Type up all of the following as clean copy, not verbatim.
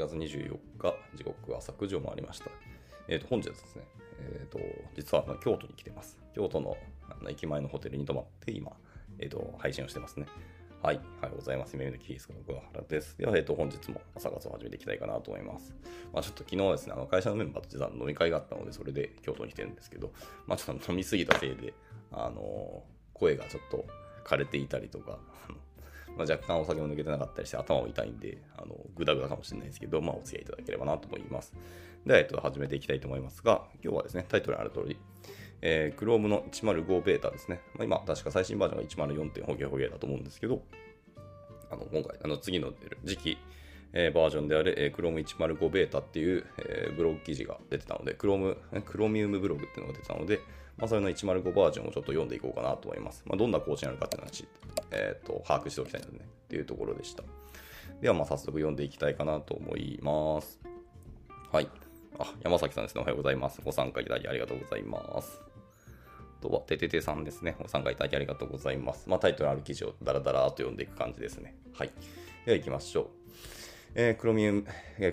月24日、時刻は朝9時を回りました。本日ですね、実は京都に来てます。京都の駅前のホテルに泊まって今、配信をしてますね。はい、おはようございます。夢見のキースの桑原です。では、本日も朝活を始めていきたいかなと思います。ちょっと昨日ですね、会社のメンバーと実は飲み会があったので、それで京都に来てるんですけど、ちょっと飲みすぎたせいで、声がちょっと枯れていたりとか、若干お酒も抜けてなかったりして頭も痛いんで、グダグダかもしれないですけど、お付き合いいただければなと思います。では、始めていきたいと思いますが、今日はですね、タイトルにある通り、Chrome の105ベータですね。今、確か最新バージョンが 104. ホゲホゲだと思うんですけど、今回、次の次期、バージョンである、Chrome 105ベータっていう、ブログ記事が出てたので、Chromium ブログっていうのが出てたので、それの105バージョンをちょっと読んでいこうかなと思います。どんな更新あるかっていうのは把握しておきたいのでね、っていうところでした。では、早速読んでいきたいかなと思います。はい。山崎さんですね。おはようございます。ご参加いただきありがとうございます。あとは、てててさんですね。ご参加いただきありがとうございます。タイトルある記事をダラダラと読んでいく感じですね。はい。では行きましょう。Chrome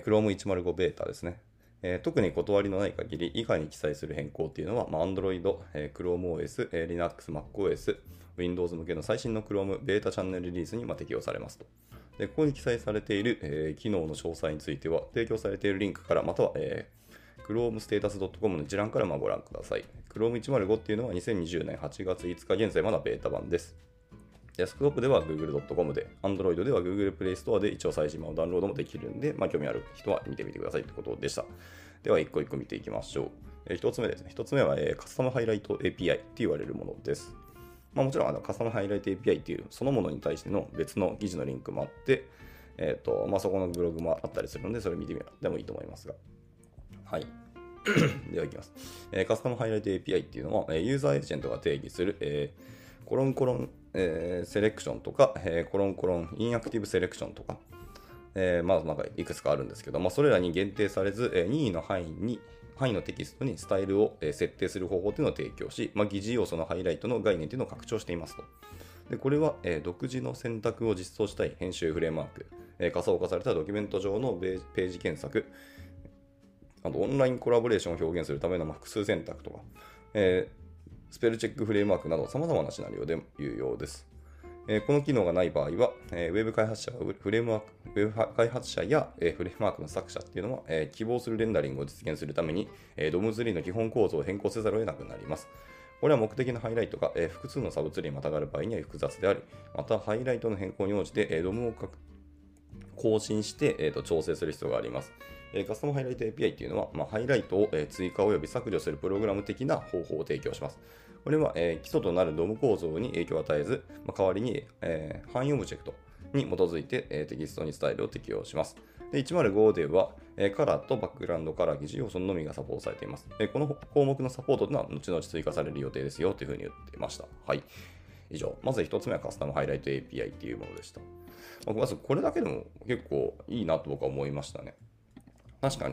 105ベータですね。特に断りのない限り以下に記載する変更っていうのは、Android、ChromeOS、Linux、MacOS、Windows 向けの最新の Chrome ベータチャンネルリリースに適用されますと。でここに記載されている、機能の詳細については、提供されているリンクからまたは、chromestatus.com の一覧からご覧ください。Chrome 105っていうのは2020年8月5日現在まだベータ版です。デスクトップでは google.com で、Android では Google Play Store で一応最新版をダウンロードもできるんで、興味ある人は見てみてくださいということでした。では、一個一個見ていきましょう。一つ目ですね。一つ目は、カスタムハイライト API って言われるものです。もちろんカスタムハイライト API っていうそのものに対しての別の記事のリンクもあって、そこのブログもあったりするので、それ見てみてもいいと思いますが。はい。では、いきます。カスタムハイライト API っていうのは、ユーザーエージェントが定義する、コロンコロン、セレクションとか、コロンコロンインアクティブセレクションとか、いくつかあるんですけど、それらに限定されず、任意の範囲のテキストにスタイルを設定する方法というのを提供し、疑似要素のハイライトの概念というのを拡張していますと。でこれは、独自の選択を実装したい編集フレームワーク、仮想化されたドキュメント上のページ検索、あとオンラインコラボレーションを表現するための複数選択とか、スペルチェックフレームワークなど様々なシナリオで有用です。この機能がない場合は、ウェブ開発者やフレームワークの作者っていうのは、希望するレンダリングを実現するために、DOM3 の基本構造を変更せざるを得なくなります。これは目的のハイライトが、複数のサブツリーにまたがる場合には複雑であり、またハイライトの変更に応じて、DOM を更新して、調整する必要があります。カスタムハイライト API というのは、ハイライトを追加及び削除するプログラム的な方法を提供します。これは基礎となる DOM 構造に影響を与えず、代わりに範囲オブジェクトに基づいてテキストにスタイルを適用します。で105ではカラーとバックグラウンドカラー記事要素のみがサポートされています。この項目のサポートというのは後々追加される予定ですよというふうに言っていました。はい。以上。まず1つ目はカスタムハイライト API というものでした。まずこれだけでも結構いいなと僕は思いましたね。確かに、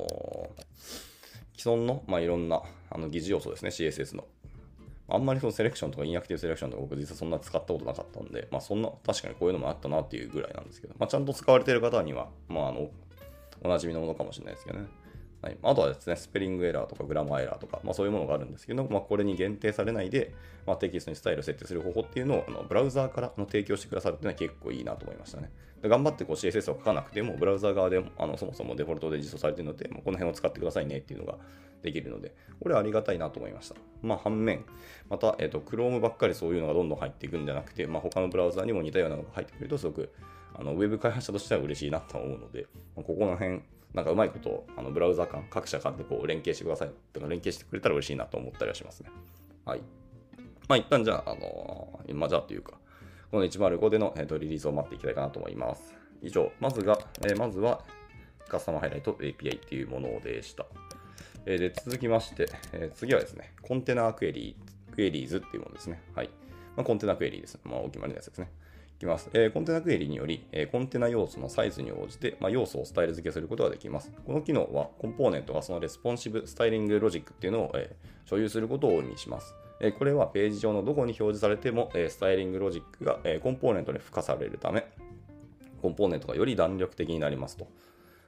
既存の、いろんな疑似要素ですね、CSS の。あんまりそのセレクションとかインアクティブセレクションとか僕実はそんな使ったことなかったんで、そんな確かにこういうのもあったなっていうぐらいなんですけど、ちゃんと使われている方には、おなじみのものかもしれないですけどね。はい、あとはですね、スペリングエラーとかグラマーエラーとか、そういうものがあるんですけど、これに限定されないで、テキストにスタイルを設定する方法っていうのをブラウザーから提供してくださるっていうのは結構いいなと思いましたね。で頑張ってCSS を書かなくても、ブラウザー側でもそもそもデフォルトで実装されているので、この辺を使ってくださいねっていうのができるので、これはありがたいなと思いました。反面、また、Chrome ばっかりそういうのがどんどん入っていくんじゃなくて、他のブラウザーにも似たようなのが入ってくると、すごくウェブ開発者としては嬉しいなと思うので、ここの辺、うまいことをブラウザー間、各社間で連携してくださいとか、連携してくれたら嬉しいなと思ったりはしますね。はい。一旦じゃあ、じゃあというか、この105での、リリースを待っていきたいかなと思います。以上、まずはカスタムハイライト API っていうものでした。で続きまして、次はですね、コンテナクエリーズっていうものですね。はい。コンテナクエリーです。お決まりのやつですね。いきます。コンテナクエリにより、コンテナ要素のサイズに応じて、要素をスタイル付けすることができます。この機能は、コンポーネントがそのレスポンシブスタイリングロジックっていうのを、所有することを意味します。これはページ上のどこに表示されても、スタイリングロジックが、コンポーネントに付加されるため、コンポーネントがより弾力的になりますと。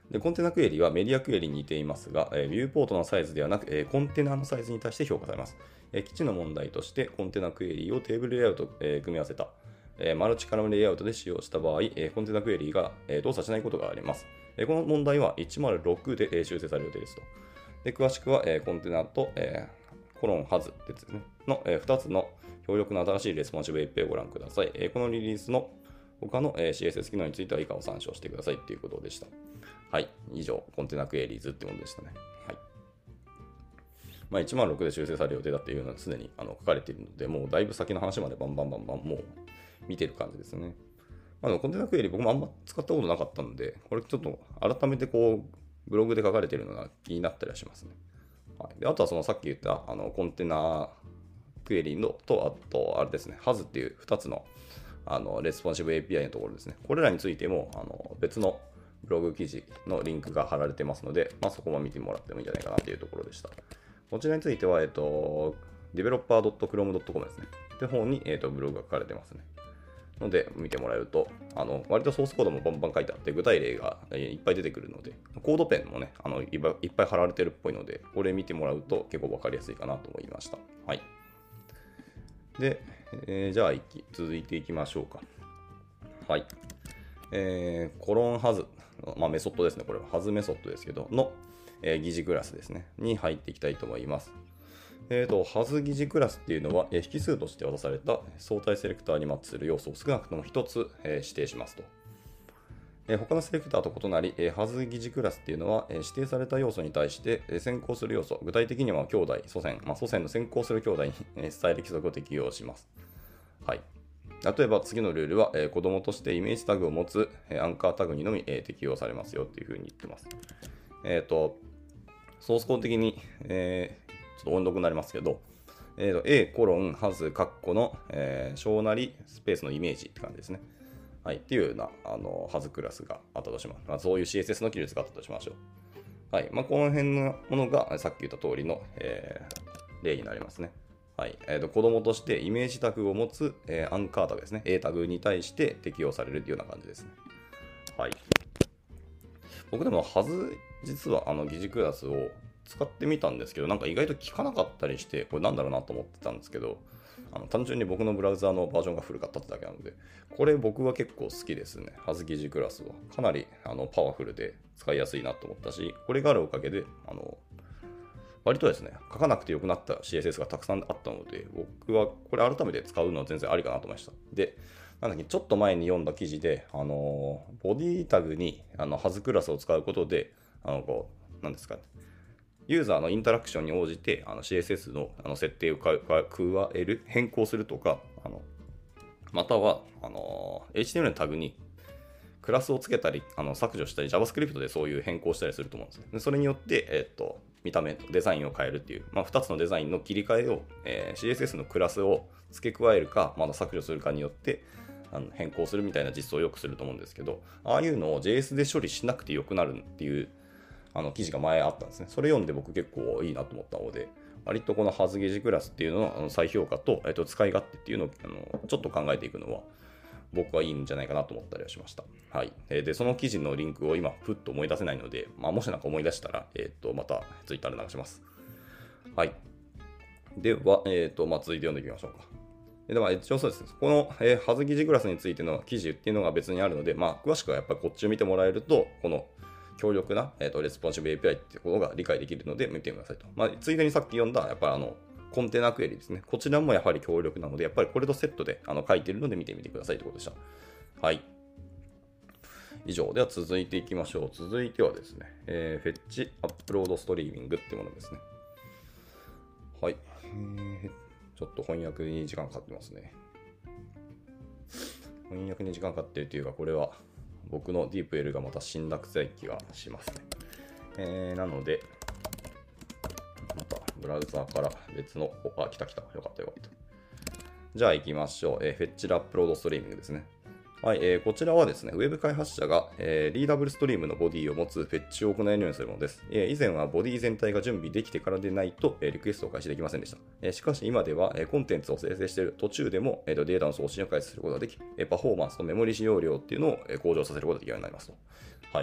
で、コンテナクエリはメディアクエリに似ていますが、ビューポートのサイズではなく、コンテナのサイズに対して評価されます。基地の問題として、コンテナクエリをテーブルレイアウト、組み合わせた、マルチカラムレイアウトで使用した場合、コンテナクエリが、動作しないことがあります。この問題は106で、修正される予定ですと。で、詳しくは、コンテナと、コロンハズですね、の、2つの強力な新しいレスポンシブ API をご覧ください。このリリースの他の CSS 機能については以下を参照してくださいということでした。はい。以上、コンテナクエリーズってものでしたね。はい。まあ、106で修正される予定だっていうのはすでに書かれているので、もうだいぶ先の話までバンバンもう見てる感じですね。まあ、コンテナクエリ僕もあんま使ったことなかったので、これちょっと改めてこう、ブログで書かれているのが気になったりはしますね。はい、であとはそのさっき言ったコンテナクエリのと、あとあれですね、ハズっていう2つのレスポンシブ API のところですね。これらについても別のブログ記事のリンクが貼られてますので、そこも見てもらってもいいんじゃないかなというところでした。こちらについては、developer.chrome.com ですね。って方に、ブログが書かれてますね。ので、見てもらえると、割とソースコードもバンバン書いてあって、具体例がいっぱい出てくるので、コードペンもね、いっぱい貼られてるっぽいので、これ見てもらうと結構わかりやすいかなと思いました。はい。で、じゃあ続いていきましょうか。はい。コロンハズ、メソッドですね。これはハズメソッドですけど、の、疑似クラスですね。に入っていきたいと思います。ハズ疑似クラスっていうのは、引数として渡された相対セレクターにマッチする要素を少なくとも1つ、指定しますと。他のセレクターと異なり、ハズ疑似クラスっていうのは、指定された要素に対して先行する要素、具体的には兄弟、祖先、祖先の先行する兄弟に伝える規則を適用します。はい。例えば次のルールは、子供としてイメージタグを持つ、アンカータグにのみ、適用されますよっていうふうに言ってます。ソースコード的に、ちょっと音読になりますけど、A コロンハズカッコの、小なりスペースのイメージって感じですね。はい。っていうような、ハズクラスがあったとします。そういう CSS の記述があったとしましょう。はい。この辺のものがさっき言った通りの、例になりますね。はい。子供としてイメージタグを持つ、アンカータグですね。A タグに対して適用されるというような感じですね。はい。僕でもハズ、実は疑似クラスを使ってみたんですけど、なんか意外と効かなかったりして、これなんだろうなと思ってたんですけど、単純に僕のブラウザーのバージョンが古かったってだけなので、これ僕は結構好きですね。ハズ疑似クラスは。かなりパワフルで使いやすいなと思ったし、これがあるおかげで、割とですね、書かなくてよくなった CSS がたくさんあったので、僕はこれ改めて使うのは全然ありかなと思いました。で、なんだっけ、ちょっと前に読んだ記事で、ボディタグにハズクラスを使うことで、なんですかね、ユーザーのインタラクションに応じてCSS の設定を加える、変更するとか、またはHTML のタグにクラスをつけたり削除したり JavaScript でそういう変更したりすると思うんですね。でそれによって、見た目、デザインを変えるっていう、2つのデザインの切り替えを、CSS のクラスを付け加えるか、まだ削除するかによって変更するみたいな実装をよくすると思うんですけど、ああいうのを JS で処理しなくてよくなるっていう記事が前あったんですね。それ読んで僕結構いいなと思ったので、割とこのハズ疑似クラスっていうのの再評価と、使い勝手っていうのをちょっと考えていくのは僕はいいんじゃないかなと思ったりはしました。はい。で、その記事のリンクを今プッと思い出せないので、もしなんか思い出したら、また Twitter で流します。はい。では、続いて読んでいきましょうか。では、一応そうですね。この、ハズ疑似クラスについての記事っていうのが別にあるので、詳しくはやっぱりこっちを見てもらえると、この強力な、レスポンシブ API っていうことが理解できるので見てくださいと。ついでにさっき読んだ、やっぱりコンテナクエリですね。こちらもやはり強力なので、やっぱりこれとセットで書いているので見てみてくださいということでした。はい。以上。では続いていきましょう。続いてはですね、フェッチアップロードストリーミングっていうものですね。はい。ちょっと翻訳に時間かかってますね。翻訳に時間かかっているというか、これは僕の DeepL がまた死んだ臭い気がしますね。なので、またブラウザーから別の、来た。よかった。じゃあ行きましょう。フェッチアップロードストリーミングですね。はい、こちらはですね、ウェブ開発者が、リーダブルストリームのボディを持つフェッチを行えるようにするものです。以前はボディ全体が準備できてからでないと、リクエストを開始できませんでした。しかし今では、コンテンツを生成している途中でも、データの送信を開始することができ、パフォーマンスとメモリ使用量っていうのを向上させることができるようになりますと。はい。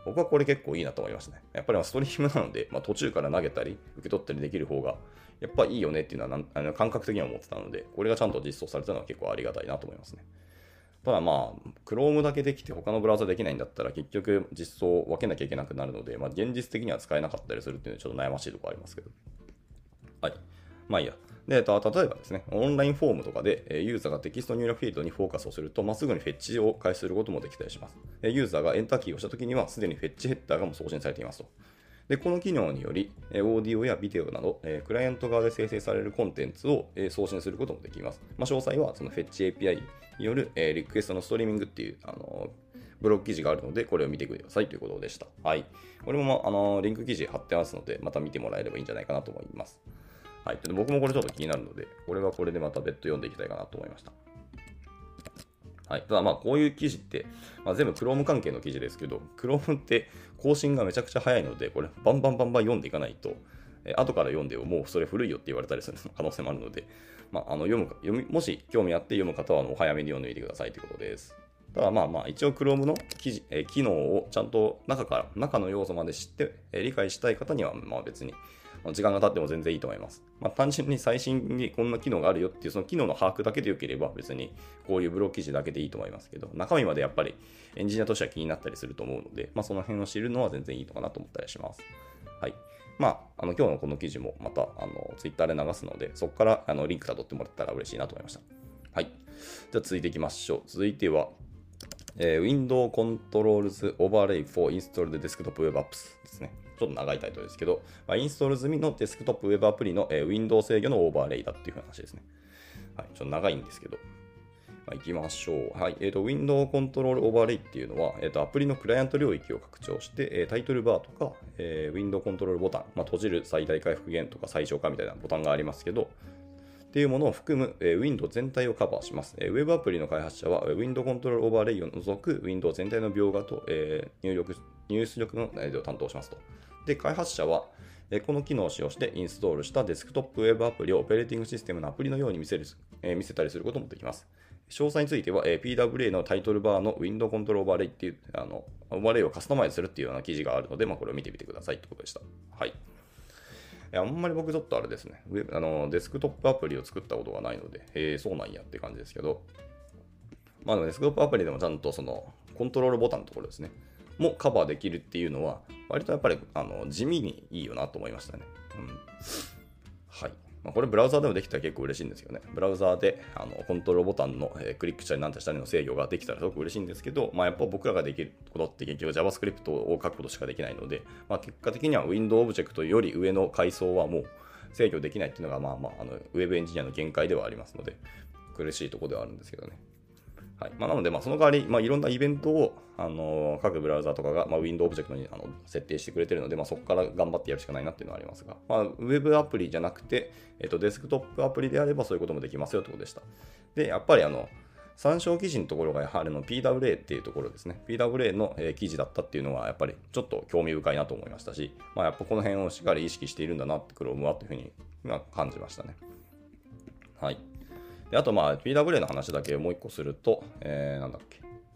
僕はこれ結構いいなと思いましたね。やっぱりストリームなので、途中から投げたり、受け取ったりできる方が、やっぱいいよねっていうのは感覚的には思ってたので、これがちゃんと実装されたのは結構ありがたいなと思いますね。ただChrome だけできて他のブラウザできないんだったら結局実装を分けなきゃいけなくなるので、現実的には使えなかったりするっていうのはちょっと悩ましいところありますけど。はい。いいや。で、例えばですね、オンラインフォームとかでユーザーがテキスト入力フィールドにフォーカスをすると、すぐにフェッチを開始することもできたりします。ユーザーがエンターキーをしたときには、すでにフェッチヘッダーがもう送信されていますと。で、この機能により、オーディオやビデオなど、クライアント側で生成されるコンテンツを送信することもできます。詳細は、そのフェッチ API によるリクエストのストリーミングっていうブログ記事があるので、これを見てくださいということでした。はい。これもリンク記事貼ってますので、また見てもらえればいいんじゃないかなと思います。はい。僕もこれちょっと気になるので、これはこれでまた別途読んでいきたいかなと思いました。はい。ただこういう記事って、全部 Chrome 関係の記事ですけど、Chrome って更新がめちゃくちゃ早いので、これバンバン読んでいかないと、後から読んでもうそれ古いよって言われたりする可能性もあるので、もし興味あって読む方はお早めに読んでみてくださいということです。ただ一応 Chrome の機能をちゃんと中の要素まで知って、理解したい方には別に時間が経っても全然いいと思います。単純に最新にこんな機能があるよっていうその機能の把握だけでよければ別にこういうブログ記事だけでいいと思いますけど、中身までやっぱりエンジニアとしては気になったりすると思うので、その辺を知るのは全然いいのかなと思ったりします。はい。今日のこの記事もまたTwitter で流すので、そこからリンク辿ってもらったら嬉しいなと思いました。はい。じゃあ続いていきましょう。続いては、Windows Controls Overlay for Installed Desktop Web Apps ですね。ちょっと長いタイトルですけど、インストール済みのデスクトップウェブアプリの、Windows 制御のオーバーレイだっていう話ですね。はい、ちょっと長いんですけど。行きましょう。はい。Windows Control Overlay っていうのは、アプリのクライアント領域を拡張して、タイトルバーとか、Windows Control ボタン、閉じる最大化復元とか最小化みたいなボタンがありますけど、っていうものを含む、Windows 全体をカバーします。ウェブアプリの開発者は Windows Control Overlay を除く Windows 全体の描画と、入力の内容を担当しますと。で、開発者は、この機能を使用してインストールしたデスクトップウェブアプリをオペレーティングシステムのアプリのように見せたりすることもできます。詳細については、PWA のタイトルバーの Windows Control Overlay っていう、オーバーレイをカスタマイズするっていうような記事があるので、これを見てみてくださいってことでした。はい。あんまり僕ちょっとあれですね、デスクトップアプリを作ったことがないので、そうなんやって感じですけど、でもデスクトップアプリでもちゃんとそのコントロールボタンのところですね、もカバーできるっていうのは、割とやっぱり地味にいいよなと思いましたね。はい。これブラウザーでもできたら結構嬉しいんですよね。ブラウザーでコントロールボタンのクリックしたりなんてしたりの制御ができたらすごく嬉しいんですけど、やっぱ僕らができることって結局 JavaScript を書くことしかできないので、結果的には Windows オブジェクトより上の階層はもう制御できないっていうのがウェブエンジニアの限界ではありますので、苦しいところではあるんですけどね。はい。なので、その代わり、いろんなイベントを、各ブラウザとかが、Windows オブジェクトに設定してくれているので、そこから頑張ってやるしかないなっていうのはありますが、ウェブアプリじゃなくて、デスクトップアプリであればそういうこともできますよということでした。で、やっぱり参照記事のところがやはりPWA っていうところですね。PWA の記事だったっていうのは、やっぱりちょっと興味深いなと思いましたし、やっぱこの辺をしっかり意識しているんだなって、Chrome はというふうに感じましたね。はい。であとPWA の話だけもう一個すると、なんだっけ。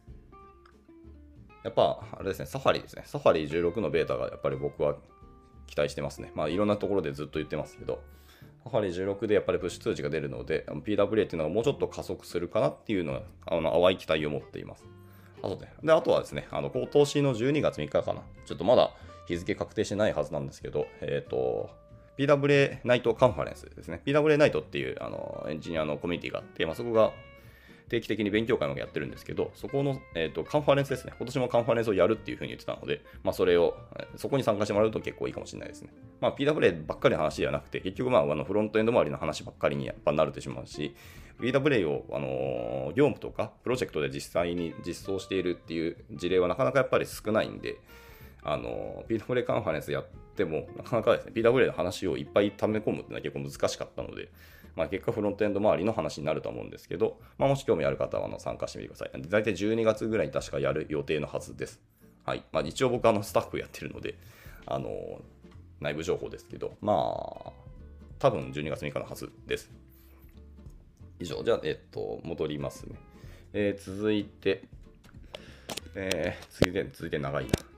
やっぱあれですね、サファリですね。サファリ16のベータがやっぱり僕は期待してますね。いろんなところでずっと言ってますけど、サファリ16でやっぱりプッシュ通知が出るので、PWA っていうのがもうちょっと加速するかなっていうのは、淡い期待を持っています。あとはですね、今年の12月3日かな。ちょっとまだ日付確定してないはずなんですけど、PWA ナイトカンファレンスですね。PWA ナイトっていうエンジニアのコミュニティがあって、そこが定期的に勉強会もやってるんですけど、そこの、カンファレンスですね。今年もカンファレンスをやるっていうふうに言ってたので、そこに参加してもらうと結構いいかもしれないですね。PWA ばっかりの話ではなくて、結局フロントエンド周りの話ばっかりにやっぱなるてしまうし、PWA を業務とかプロジェクトで実際に実装しているっていう事例はなかなかやっぱり少ないんで、PWA カンファレンスやっても、なかなかですね、PWA の話をいっぱい溜め込むっていうのは結構難しかったので、結果フロントエンド周りの話になると思うんですけど、もし興味ある方は参加してみてください。大体12月ぐらいに確かやる予定のはずです。はい。一応僕スタッフやってるので、内部情報ですけど、多分12月3日のはずです。以上、じゃあ、戻りますね。続いて長いな。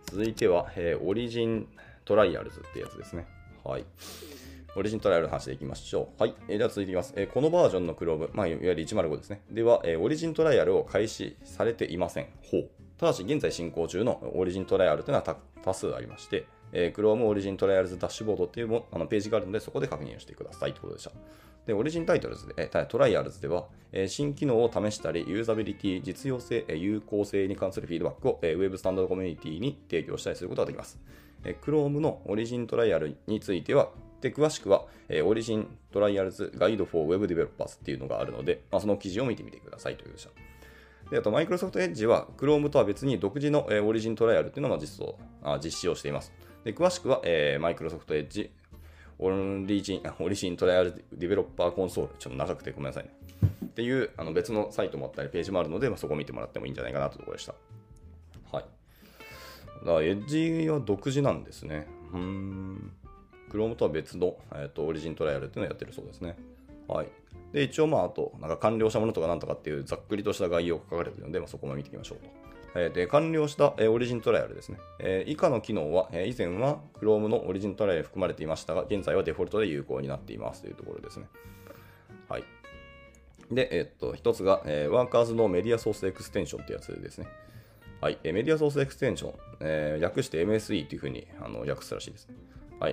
続いては、オリジントライアルズってやつですね。はい。オリジントライアルの話でいきましょう。はい。では続いていきます。このバージョンの Chrome、いわゆる105ですね。では、オリジントライアルを開始されていません。ほう。ただし、現在進行中のオリジントライアルというのは多数ありまして、Chrome オリジントライアルズダッシュボードっていうページがあるので、そこで確認をしてくださいということでした。で、オリジンタイトルズで、トライアルズでは、新機能を試したり、ユーザビリティ、実用性、有効性に関するフィードバックを、Web スタンダードコミュニティに提供したりすることができます。Chrome のオリジントライアルについては、詳しくは、オリジントライアルズガイド for Web Developers っていうのがあるので、その記事を見てみてくださいということでした。で、あと、Microsoft Edge は Chrome とは別に独自のオリジントライアルっていうのを実施をしています。で、詳しくは、Microsoft Edgeオリジントライアルディベロッパーコンソール、ちょっと長くてごめんなさいね。っていう別のサイトもあったり、ページもあるので、そこを見てもらってもいいんじゃないかなというところでした。はい。だから、エッジは独自なんですね。Chrome とは別の、オリジントライアルっていうのをやってるそうですね。はい。で、一応、あと、完了したものとかなんとかっていうざっくりとした概要が書かれているので、そこも見ていきましょうと。で、完了したオリジントライアルですね。以下の機能は、以前は Chrome のオリジントライアルに含まれていましたが、現在はデフォルトで有効になっていますというところですね。はい。で、一つが、ワーカーズのメディアソースエクステンションってやつですね。はい。メディアソースエクステンション、略して MSE というふうに訳すらしいですね。はい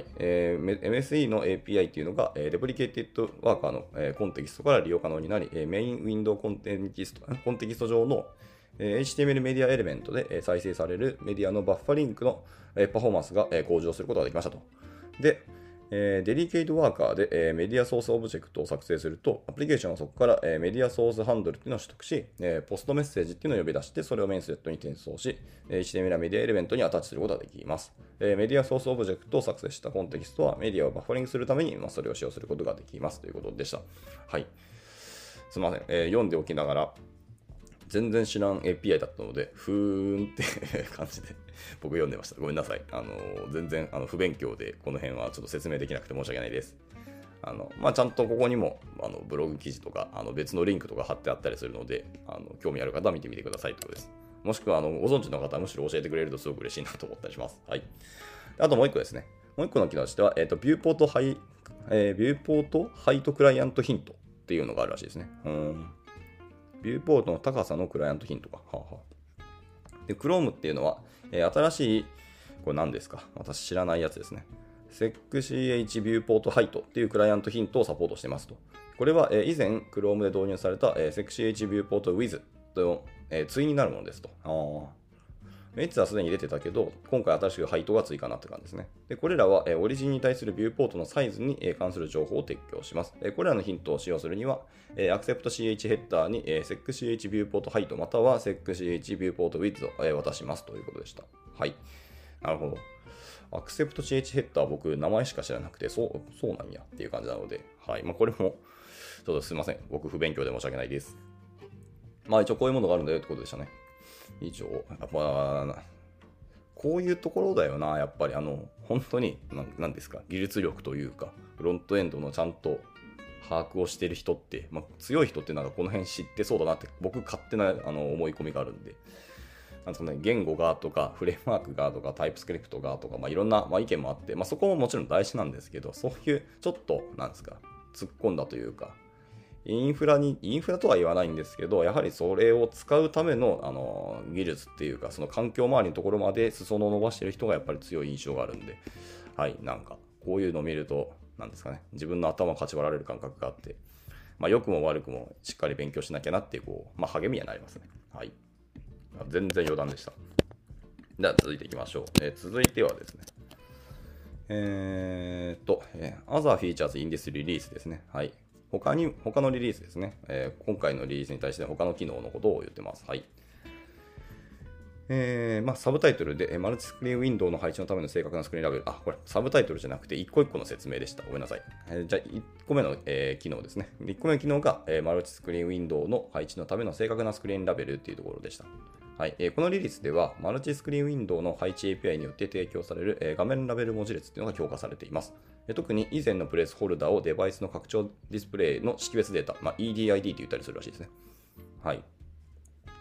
。MSE の API っていうのが、レプリケーティッドワーカーの、コンテキストから利用可能になり、メインウィンドウコンテキスト上のHTML メディアエレメントで再生されるメディアのバッファリンクのパフォーマンスが向上することができましたと。で、デリケートワーカーでメディアソースオブジェクトを作成すると、アプリケーションはそこからメディアソースハンドルっていうのを取得し、ポストメッセージっていうのを呼び出して、それをメインスレッドに転送し、HTML メディアエレメントにアタッチすることができます。メディアソースオブジェクトを作成したコンテキストはメディアをバッファリングするために、それを使用することができますということでした。はい。すみません、読んでおきながら、全然知らん API だったので、ふーんって感じで僕読んでました。ごめんなさい。全然不勉強でこの辺はちょっと説明できなくて申し訳ないです。ちゃんとここにもブログ記事とか別のリンクとか貼ってあったりするので、興味ある方は見てみてくださいということです。もしくはご存知の方はむしろ教えてくれるとすごく嬉しいなと思ったりします。はい。あともう一個ですね。もう一個の機能としては、ビューポートハイトクライアントヒントっていうのがあるらしいですね。ビューポートの高さのクライアントヒントか。で、Chrome っていうのは、新しい、これ何ですか？私知らないやつですね。SecCH ビューポートハイトっていうクライアントヒントをサポートしてますと。これは、以前 Chrome で導入された、SecCH ビューポート With と、対になるものですと。3つはすでに出てたけど、今回新しくハイトが追加になった感じですね。で、これらはオリジンに対するビューポートのサイズに関する情報を提供します。これらのヒントを使用するには、AcceptCH ヘッダーに SecCH ビューポートハイトまたは SecCH ビューポート Width を渡しますということでした。はい。なるほど。AcceptCH ヘッダー僕名前しか知らなくて、そうなんやっていう感じなので、はい。これも、ちょっとすいません。僕不勉強で申し訳ないです。一応こういうものがあるんだよってことでしたね。以上、やっぱ、こういうところだよな、やっぱり本当に、何ですか、技術力というか、フロントエンドのちゃんと把握をしている人って、強い人ってこの辺知ってそうだなって、僕勝手な思い込みがあるんで、なんですかね、言語がとか、フレームワークがとか、タイプスクリプトがとか、いろんな、意見もあって、そこももちろん大事なんですけど、そういう、ちょっと、なんですか、突っ込んだというか、インフラとは言わないんですけど、やはりそれを使うための、技術っていうか、その環境周りのところまで裾野を伸ばしている人がやっぱり強い印象があるんで、はい、こういうのを見ると、なんですかね、自分の頭をかち割られる感覚があって、良くも悪くもしっかり勉強しなきゃなっていう、励みにはなりますね。はい。全然余談でした。では続いていきましょう。続いてはですね、Other Features in this Release ですね。はい。他のリリースですね、今回のリリースに対して他の機能のことを言ってます。はい。サブタイトルで、マルチスクリーンウィンドウの配置のための正確なスクリーンラベル。これ、サブタイトルじゃなくて、一個一個の説明でした。ごめんなさい。じゃあ、1個目の、機能ですね。1個目の機能が、マルチスクリーンウィンドウの配置のための正確なスクリーンラベルっていうところでした。はい。このリリースでは、マルチスクリーンウィンドウの配置 API によって提供される、画面ラベル文字列っていうのが強化されています。特に以前のプレイスホルダーをデバイスの拡張ディスプレイの識別データ、EDID って言ったりするらしいですね。はい。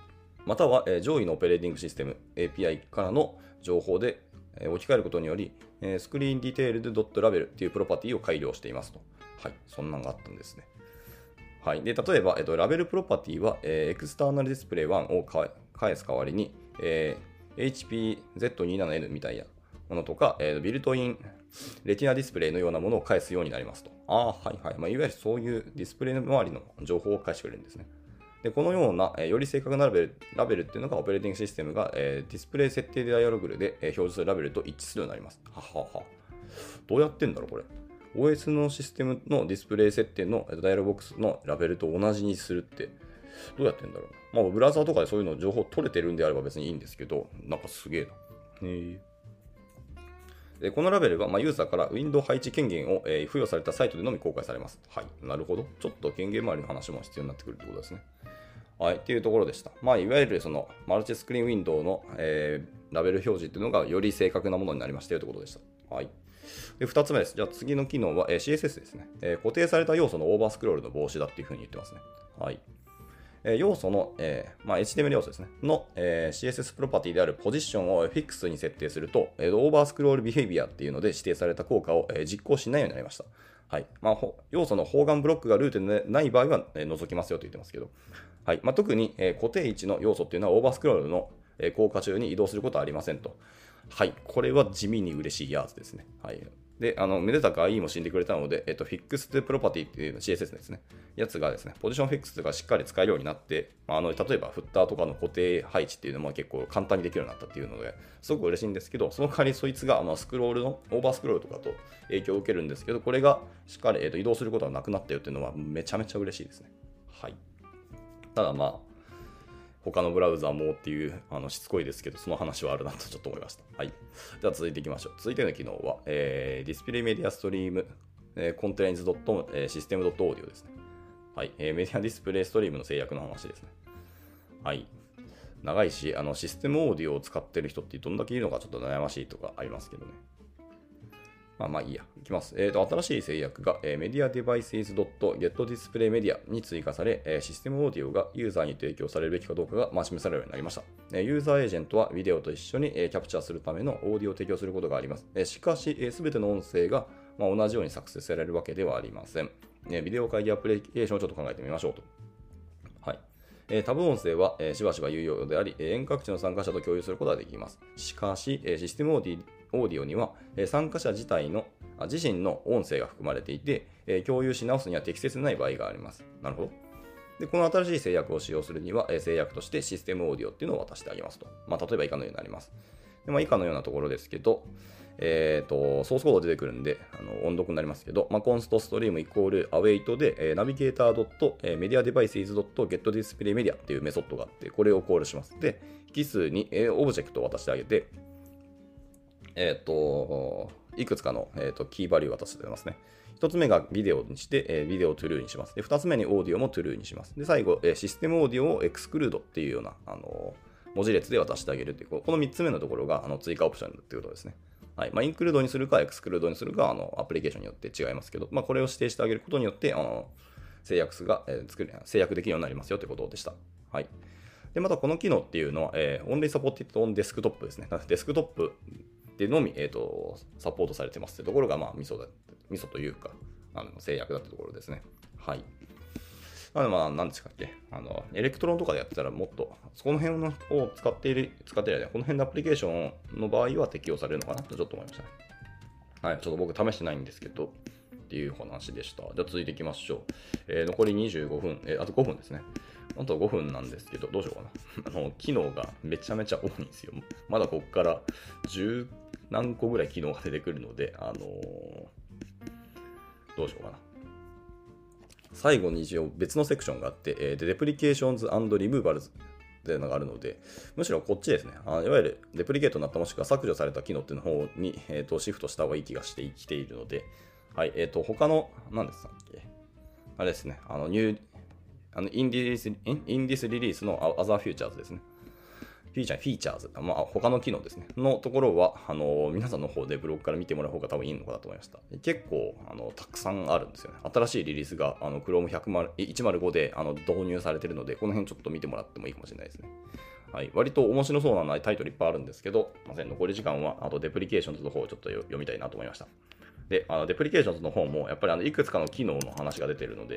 または、上位のオペレーティングシステム API からの情報で、置き換えることにより、スクリーンディテールド .label というプロパティを改良していますと。はい、そんなのがあったんですね。はい、で例えば、ラベルプロパティは、エクスターナルディスプレイ1を返す代わりに、HPZ27N みたいなものとか、ビルトインレティナディスプレイのようなものを返すようになりますと。はいはい。いわゆるそういうディスプレイの周りの情報を返してくれるんですね。でこのような、より正確なラベルっていうのがオペレーティングシステムが、ディスプレイ設定ダイアログで、表示するラベルと一致するようになります。どうやってんだろうこれ。OS のシステムのディスプレイ設定のダイアログボックスのラベルと同じにするってどうやってんだろう。ブラウザーとかでそういうの情報取れてるんであれば別にいいんですけど、なんかすげえな。でこのラベルは、ユーザーからウィンドウ配置権限を、付与されたサイトでのみ公開されます。はい。なるほど。ちょっと権限周りの話も必要になってくるということですね。はい。っていうところでした。いわゆるそのマルチスクリーンウィンドウの、ラベル表示っていうのがより正確なものになりましたよということでした。はい。で2つ目です。じゃあ次の機能は、CSS ですね、固定された要素のオーバースクロールの防止だっていうふうに言ってますね。はい。要素の、HTML 要素ですね。の、CSS プロパティであるポジションをフィックスに設定すると、オーバースクロールビヘイビアっていうので指定された効果を、実行しないようになりました。はい。要素の包含ブロックがルートでない場合は、除きますよと言ってますけど、はい。特に、固定位置の要素っていうのはオーバースクロールの、効果中に移動することはありませんと。はい。これは地味に嬉しいやつですね。はい。で、めでたく IE も死んでくれたので、Fixed Property っていうの CSS ですね。やつがですね、ポジションフィックスがしっかり使えるようになって、例えばフッターとかの固定配置っていうのも結構簡単にできるようになったっていうので、すごく嬉しいんですけど、その代わりそいつがスクロールの、オーバースクロールとかと影響を受けるんですけど、これがしっかり、移動することがなくなったよっていうのはめちゃめちゃ嬉しいですね。はい。ただ他のブラウザーもっていうしつこいですけど、その話はあるなとちょっと思いました。はい。では続いていきましょう。続いての機能は、ディスプレイメディアストリーム、コンテナイズシステム .audio ですね。はい。メディアディスプレイストリームの制約の話ですね。はい。長いし、システムオーディオを使ってる人ってどんだけいるのかちょっと悩ましいとかありますけどね。いいや。いきます。新しい制約が、mediadevices.getDisplayMedia に追加され、システムオーディオがユーザーに提供されるべきかどうかが示されるようになりました。ユーザーエージェントはビデオと一緒に、キャプチャーするためのオーディオを提供することがあります。しかし、すべての音声が、同じように作成されるわけではありません。ビデオ会議アプリケーションをちょっと考えてみましょうと。はい。タブ音声はしばしば有用であり、遠隔地の参加者と共有することができます。しかし、システムオーディオには参加者自身の音声が含まれていて、共有し直すには適切でない場合があります。なるほど。で、この新しい制約を使用するには、制約としてシステムオーディオっていうのを渡してあげますと。例えば以下のようになります。で以下のようなところですけど、ソースコード出てくるんで、音読になりますけど、コンストストリームイコール await で、ナビゲーター .mediadevices.getDisplayMedia っていうメソッドがあって、これをコールします。で、引数に、オブジェクトを渡してあげて、いくつかの、キーバリューを渡してますね。1つ目がビデオにして、ビデオを true にします。で、2つ目にオーディオも true にします。で、最後、システムオーディオを exclude っていうような、文字列で渡してあげるっていう、この3つ目のところが追加オプションっていうことですね。はい。インクルードにするか、エクスクルードにするか、アプリケーションによって違いますけど、これを指定してあげることによって、制約できるようになりますよということでした。はい。で、またこの機能っていうのは、Only Supported on Desktop ですね。デスクトップでのみ、サポートされてますというところが、ミソというか、制約だというところですね。はい。何ですかっけ、エレクトロンとかでやってたらもっと、この辺を使っているこの辺のアプリケーションの場合は適用されるのかなとちょっと思いましたね。はい、ちょっと僕試してないんですけど、っていう話でした。じゃあ続いていきましょう。残り25分、あと5分ですね。あと5分なんですけど、どうしようかな。機能がめちゃめちゃ多いんですよ。まだここから10何個ぐらい機能が出てくるので、どうしようかな。最後に一応別のセクションがあって、デプリケーションズ&リムーバルズっていうのがあるので、むしろこっちですね。いわゆるデプリケートになったもしくは削除された機能っていうの方に、シフトした方がいい気がしてきているので、はい、他の、何ですかっけ、あれですね、インディスリリースの Other Futures ですね。 フィーチャーズ、他の機能ですね、のところは、皆さんの方でブログから見てもらう方が多分いいのかなと思いました。結構、たくさんあるんですよね。新しいリリースが、Chrome 105で導入されているので、この辺ちょっと見てもらってもいいかもしれないですね。はい、割と面白そうなタイトルいっぱいあるんですけど、残り時間は、デプリケーションズの方をちょっと読みたいなと思いました。で、デプリケーションズの方も、やっぱりいくつかの機能の話が出ているので、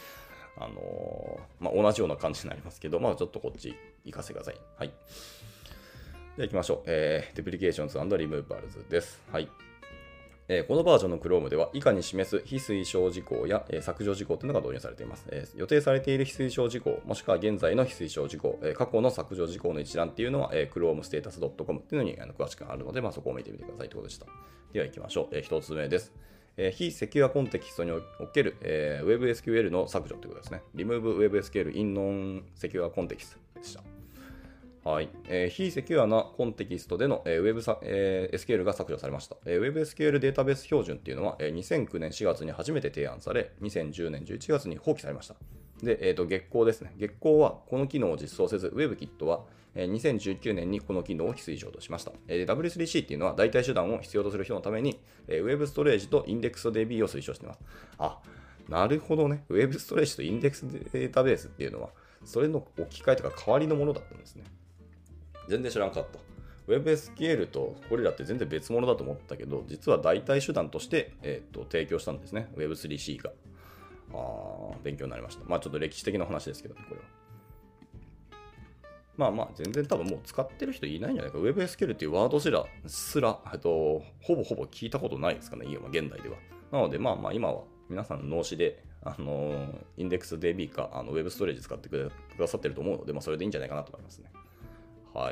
同じような感じになりますけど、ちょっとこっち行かせてください。はい。では行きましょう。Deprecations and Removals です。はい。このバージョンの Chrome では以下に示す非推奨事項や、削除事項というのが導入されています。予定されている非推奨事項、もしくは現在の非推奨事項、過去の削除事項の一覧っていうのは、chromestatus.com っていうのに詳しくあるので、そこを見てみてくださいということでした。では行きましょう。1つ目です。非セキュアコンテキストにおける、WebSQL の削除ということですね。Remove WebSQL in Non-Secure Context でした。はい。非セキュアなコンテキストでの WebSQL が削除されました。WebSQL データベース標準っていうのは2009年4月に初めて提案され、2010年11月に放棄されました。で、月光ですね。月光はこの機能を実装せず、WebKit は2019年にこの機能を非推奨としました。W3C っていうのは代替手段を必要とする人のために Web ストレージと IndexedDB を推奨しています。あ、なるほどね。Web ストレージと Index データベースっていうのは、それの置き換えとか代わりのものだったんですね。全然知らんかった。WebSQL とこれらって全然別物だと思ったけど、実は代替手段として、提供したんですね。Web3C が。勉強になりました。ちょっと歴史的な話ですけどね、これは。全然多分もう使ってる人いないんじゃないか。WebSQL っていうワードすら、ほぼ聞いたことないですかね、現代では。なので、今は皆さん脳死で、IndexedDB かWeb ストレージ使ってくださってると思うので、それでいいんじゃないかなと思いますね。はい。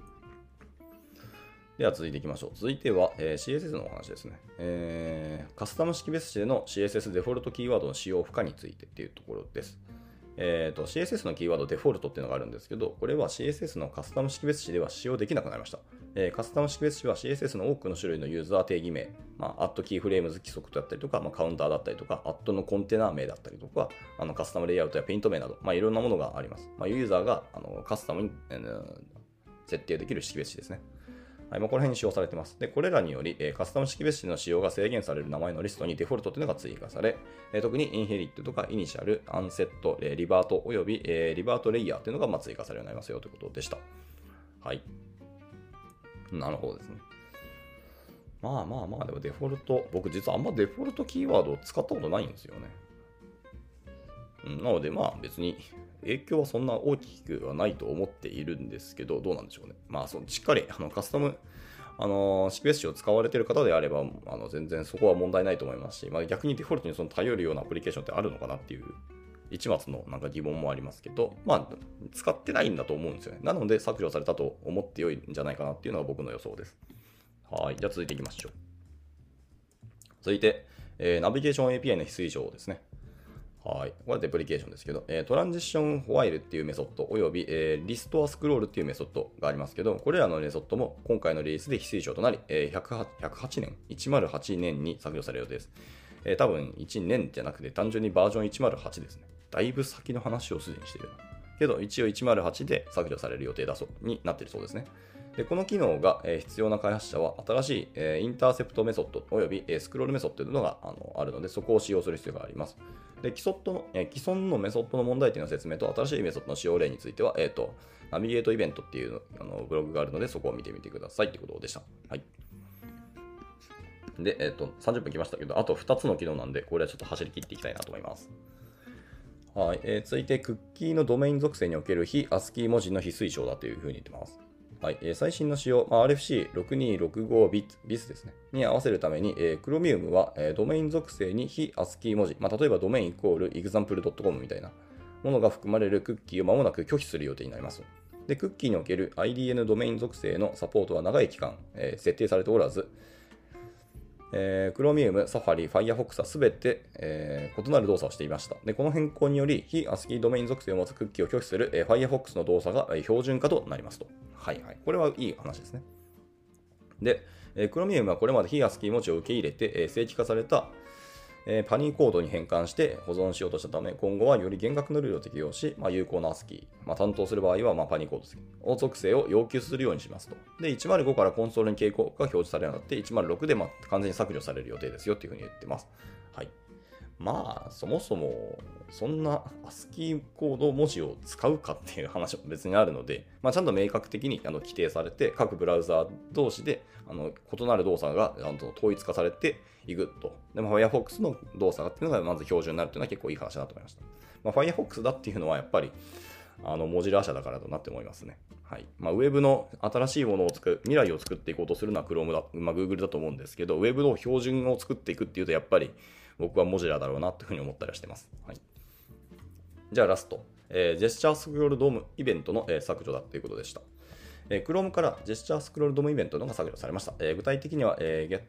では続いていきましょう。続いては、CSS のお話ですね。カスタム識別値での CSS デフォルトキーワードの使用不可についてっていうところです。CSS のキーワードデフォルトっていうのがあるんですけど、これは CSS のカスタム識別値では使用できなくなりました。カスタム識別値は CSS の多くの種類のユーザー定義名、キーフレームズ規則だったりとか、カウンターだったりとか、のコンテナ名だったりとか、カスタムレイアウトやペイント名など、いろんなものがあります。ユーザーがカスタムに、設定できる識別値ですね。はい、この辺に使用されています。で、これらにより、カスタム識別値の使用が制限される名前のリストにデフォルトというのが追加され、特にインヘリットとかイニシャル、アンセット、リバートおよび、リバートレイヤーというのが追加されるようになりますよということでした。はい。なるほどですね。でもデフォルト、僕実はあんまデフォルトキーワードを使ったことないんですよね。なので別に影響はそんな大きくはないと思っているんですけど、どうなんでしょうね。しっかりカスタム、識別値を使われている方であれば、全然そこは問題ないと思いますし、逆にデフォルトに頼るようなアプリケーションってあるのかなっていう一末の疑問もありますけど、使ってないんだと思うんですよね。なので削除されたと思って良いんじゃないかなっていうのが僕の予想です。はい。じゃあ続いていきましょう。続いて、ナビゲーション API の非推奨ですね。はい。これはデプリケーションですけど、トランジションホワイルっていうメソッド、および、リストアスクロールっていうメソッドがありますけど、これらのメソッドも今回のリリースで非推奨となり、108年に削除される予定です。多分1年じゃなくて単純にバージョン108ですね。だいぶ先の話をすでにしている。けど一応108で削除される予定だそうになっているそうですね。でこの機能が必要な開発者は新しいインターセプトメソッドおよびスクロールメソッドというのがあるので、そこを使用する必要があります。で既存のメソッドの問題点の説明と新しいメソッドの使用例については、ナビゲートイベントっていうブログがあるので、そこを見てみてくださいということでした。はい。で、30分来ましたけど、あと2つの機能なんで、これはちょっと走り切っていきたいなと思います。はい。続いて、クッキーのドメイン属性における非 ASCII 文字の非推奨だというふうに言ってます。はい。最新の仕様、RFC6265 BIS ですね。に合わせるために、Chromium は、ドメイン属性に非 ASCII 文字、例えばドメインイコール example.com みたいなものが含まれるクッキーを間もなく拒否する予定になります。で、クッキーにおける IDN ドメイン属性のサポートは長い期間、設定されておらず、Chromium、Safari、Firefox はすべて、異なる動作をしていました。で、この変更により、非 ASCII ドメイン属性を持つクッキーを拒否する、Firefox の動作が標準化となりますと。はいはい。これはいい話ですね。で、Chromium はこれまで非 ASCII 文字を受け入れて、正規化された、 パニーコードに変換して保存しようとしたため、今後はより厳格なルールを適用し、有効な ASCII、担当する場合はパニーコード属性を要求するようにしますと。で、105からコンソールに傾向が表示されるようになって、106で完全に削除される予定ですよっていうふうに言ってます。はい。そもそも、そんな ASCII コード文字を使うかっていう話も別にあるので、ちゃんと明確的に規定されて、各ブラウザー同士で異なる動作が統一化されていくと。でも Firefox の動作っていうのがまず標準になるっていうのは結構いい話だと思いました。Firefox だっていうのはやっぱり、モジュラー社だからだなって思いますね。はい。ウェブの新しいものを未来を作っていこうとするのは Chrome だ、Google だと思うんですけど、ウェブの標準を作っていくっていうと、やっぱり僕はモジュラーだろうなっていうふうに思ったりはしてます。はい。じゃあラスト。ジェスチャースクロールドームイベントの削除だということでした。Chrome からジェスチャースクロールドームイベントのが削除されました。具体的には、Get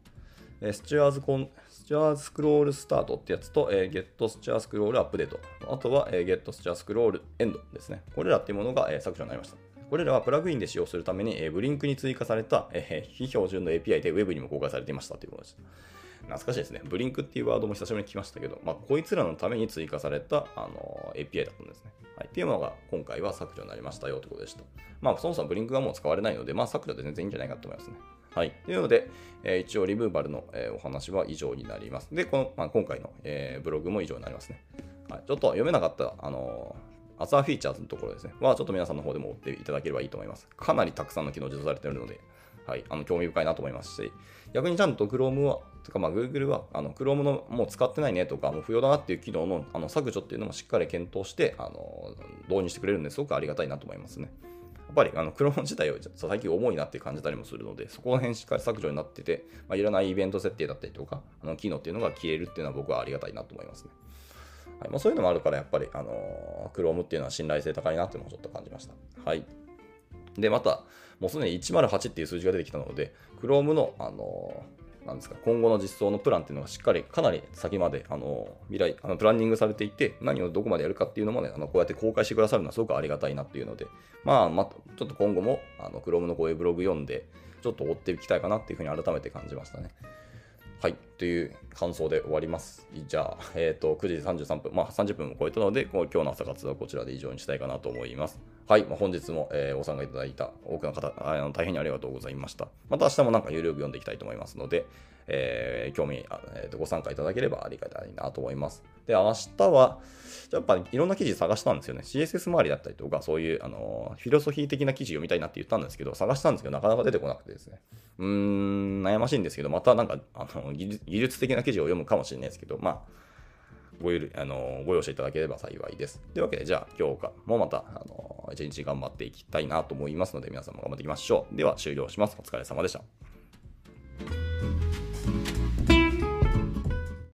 Sture Scroll Start ってやつと、Get Sture Scroll Update、あとは、Get Sture Scroll End ですね。これらっていうものが、削除になりました。これらはプラグインで使用するために、ブリンクに追加された、非標準の API で Web にも公開されていましたということでした。懐かしいですね。ブリンクっていうワードも久しぶりに聞きましたけど、こいつらのために追加された、API だったんですね。はい。っていうものが今回は削除になりましたよということでした。そもそもブリンクがもう使われないので、削除で全然いいんじゃないかと思いますね。はい。というので、一応リムーバルの、お話は以上になります。で、今回の、ブログも以上になりますね。はい。ちょっと読めなかった、アザーフィーチャーズのところですね。ちょっと皆さんの方でも追っていただければいいと思います。かなりたくさんの機能実装されているので、はい。興味深いなと思いますし、逆にちゃんと Chrome は、Google は、Chrome のもう使ってないねとか、もう不要だなっていう機能の削除っていうのもしっかり検討して、導入してくれるんですごくありがたいなと思いますね。やっぱりChrome 自体を最近重いなって感じたりもするので、そこら辺しっかり削除になってて、いらないイベント設定だったりとか、機能っていうのが消えるっていうのは僕はありがたいなと思いますね。はい。そういうのもあるから、やっぱりChrome っていうのは信頼性高いなっていうのをちょっと感じました。はい。で、また、もうすでに108っていう数字が出てきたので、Chrome の、なんですか、今後の実装のプランっていうのがしっかりかなり先まで未来プランニングされていて、何をどこまでやるかっていうのもね、こうやって公開してくださるのはすごくありがたいなっていうので、ちょっと今後もChrome のこういうブログ読んでちょっと追っていきたいかなっていうふうに改めて感じましたね。はい。という感想で終わります。じゃあ、9時33分、30分も超えたので、今日の朝活はこちらで以上にしたいかなと思います。はい。本日も、ご参加いただいた多くの方、大変にありがとうございました。また明日も有料読んでいきたいと思いますので、興味、ご参加いただければありがたいなと思います。で、明日は、やっぱいろんな記事探したんですよね。CSS 周りだったりとか、そういう、フィロソフィー的な記事読みたいなって言ったんですけど、探したんですけど、なかなか出てこなくてですね。悩ましいんですけど、また技術的な記事を読むかもしれないですけど、ご容赦いただければ幸いです。というわけで、じゃあ今日もまた、一日頑張っていきたいなと思いますので、皆さんも頑張っていきましょう。では終了します。お疲れ様でした。